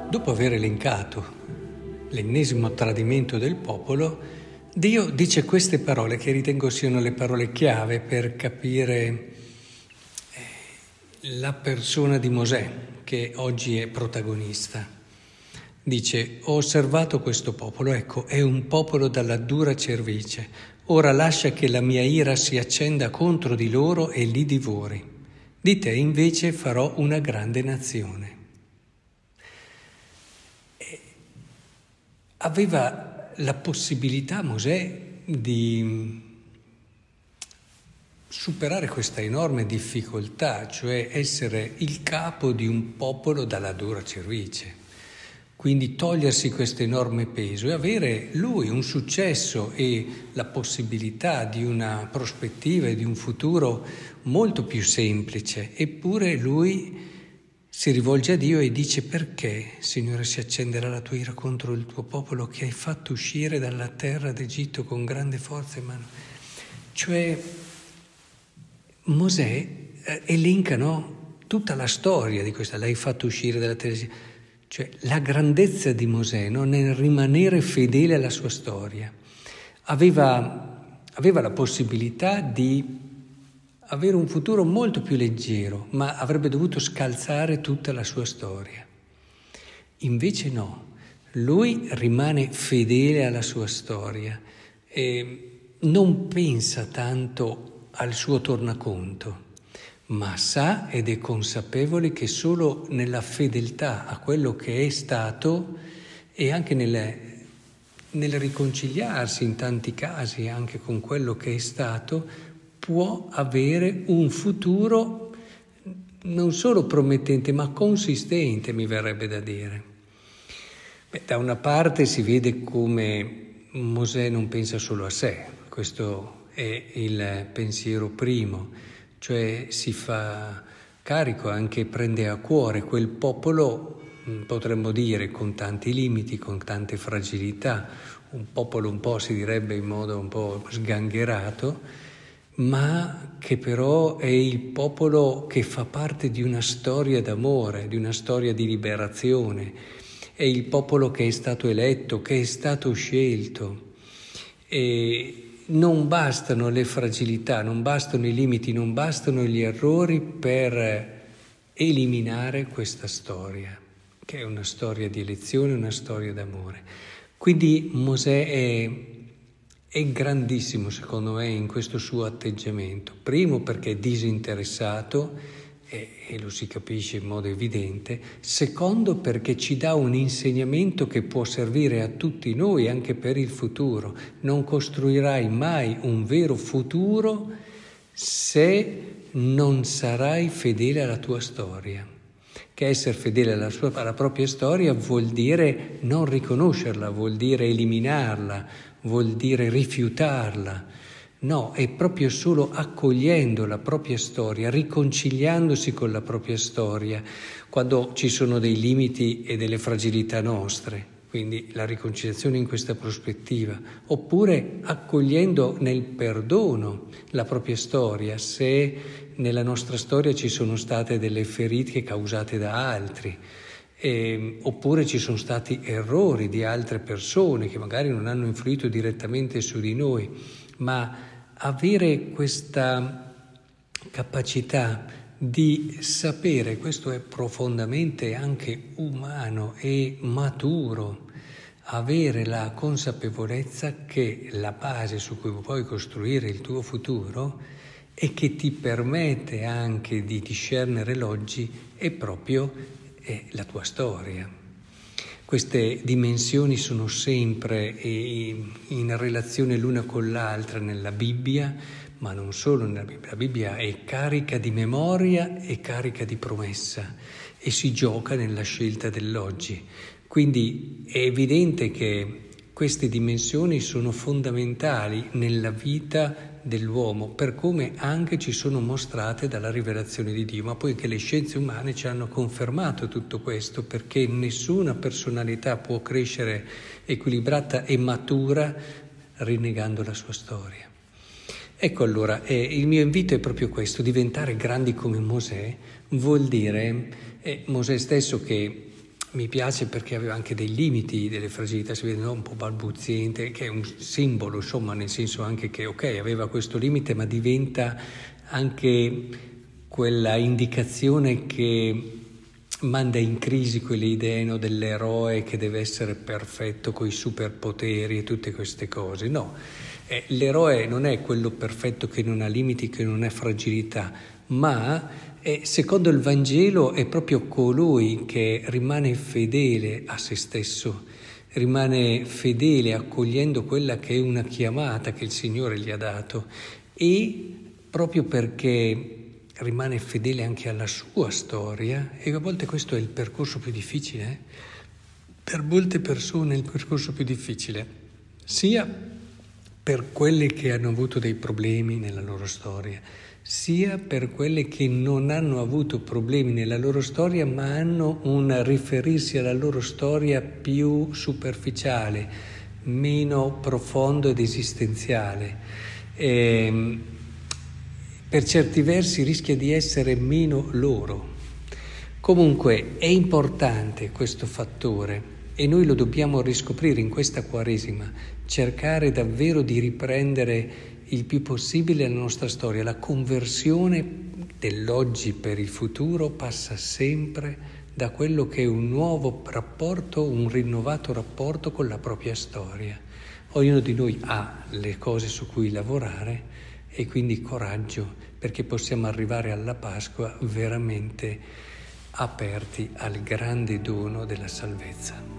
Dopo aver elencato l'ennesimo tradimento del popolo, Dio dice queste parole che ritengo siano le parole chiave per capire la persona di Mosè, che oggi è protagonista. Dice: ho osservato questo popolo, ecco, è un popolo dalla dura cervice. Ora lascia che la mia ira si accenda contro di loro e li divori. Di te invece farò una grande nazione. Aveva la possibilità Mosè di superare questa enorme difficoltà, cioè essere il capo di un popolo dalla dura cervice, quindi togliersi questo enorme peso e avere lui un successo e la possibilità di una prospettiva e di un futuro molto più semplice. Eppure lui si rivolge a Dio e dice: perché, Signore, si accenderà la tua ira contro il tuo popolo che hai fatto uscire dalla terra d'Egitto con grande forza e mano? Cioè Mosè elenca, no, tutta la storia di questa, l'hai fatto uscire dalla terra d'Egitto. Cioè la grandezza di Mosè, no, nel rimanere fedele alla sua storia. Aveva la possibilità di avere un futuro molto più leggero, ma avrebbe dovuto scalzare tutta la sua storia. Invece no, lui rimane fedele alla sua storia e non pensa tanto al suo tornaconto, ma sa ed è consapevole che solo nella fedeltà a quello che è stato e anche nel riconciliarsi in tanti casi anche con quello che è stato, può avere un futuro non solo promettente, ma consistente, mi verrebbe da dire. Da una parte si vede come Mosè non pensa solo a sé, questo è il pensiero primo, cioè si fa carico, anche prende a cuore quel popolo, potremmo dire, con tanti limiti, con tante fragilità, un popolo un po', si direbbe in modo un po' sgangherato, ma che però è il popolo che fa parte di una storia d'amore, di una storia di liberazione, è il popolo che è stato eletto, che è stato scelto. E non bastano le fragilità, non bastano i limiti, non bastano gli errori per eliminare questa storia, che è una storia di elezione, una storia d'amore. Quindi Mosè è grandissimo, secondo me, in questo suo atteggiamento. Primo perché è disinteressato, e lo si capisce in modo evidente. Secondo perché ci dà un insegnamento che può servire a tutti noi anche per il futuro. Non costruirai mai un vero futuro se non sarai fedele alla tua storia. Che essere fedele alla propria storia vuol dire non riconoscerla, vuol dire eliminarla, vuol dire rifiutarla. No, è proprio solo accogliendo la propria storia, riconciliandosi con la propria storia, quando ci sono dei limiti e delle fragilità nostre, quindi la riconciliazione in questa prospettiva, oppure accogliendo nel perdono la propria storia, se nella nostra storia ci sono state delle ferite causate da altri, oppure ci sono stati errori di altre persone che magari non hanno influito direttamente su di noi, ma avere questa capacità di sapere, questo è profondamente anche umano e maturo, avere la consapevolezza che la base su cui puoi costruire il tuo futuro e che ti permette anche di discernere l'oggi è proprio la tua storia. Queste dimensioni sono sempre in relazione l'una con l'altra nella Bibbia, ma non solo nella Bibbia. La Bibbia è carica di memoria e carica di promessa e si gioca nella scelta dell'oggi. Quindi è evidente che queste dimensioni sono fondamentali nella vita dell'uomo, per come anche ci sono mostrate dalla rivelazione di Dio, ma poi che le scienze umane ci hanno confermato tutto questo, perché nessuna personalità può crescere equilibrata e matura rinnegando la sua storia. Ecco, allora, il mio invito è proprio questo: diventare grandi come Mosè vuol dire Mosè stesso che mi piace perché aveva anche dei limiti, delle fragilità, si vede, no? Un po' balbuziente, che è un simbolo, insomma, nel senso anche che, ok, aveva questo limite, ma diventa anche quella indicazione che manda in crisi quelle idee, no, dell'eroe che deve essere perfetto coi superpoteri e tutte queste cose. No, l'eroe non è quello perfetto che non ha limiti, che non ha fragilità, ma secondo il Vangelo è proprio colui che rimane fedele a se stesso, rimane fedele accogliendo quella che è una chiamata che il Signore gli ha dato, e proprio perché rimane fedele anche alla sua storia, e a volte questo è il percorso più difficile, per molte persone è il percorso più difficile, sia per quelle che hanno avuto dei problemi nella loro storia, sia per quelle che non hanno avuto problemi nella loro storia, ma hanno un riferirsi alla loro storia più superficiale, meno profondo ed esistenziale. Per certi versi rischia di essere meno loro. Comunque è importante questo fattore e noi lo dobbiamo riscoprire in questa Quaresima, cercare davvero di riprendere il più possibile la nostra storia. La conversione dell'oggi per il futuro passa sempre da quello che è un nuovo rapporto, un rinnovato rapporto con la propria storia. Ognuno di noi ha le cose su cui lavorare, e quindi coraggio, perché possiamo arrivare alla Pasqua veramente aperti al grande dono della salvezza.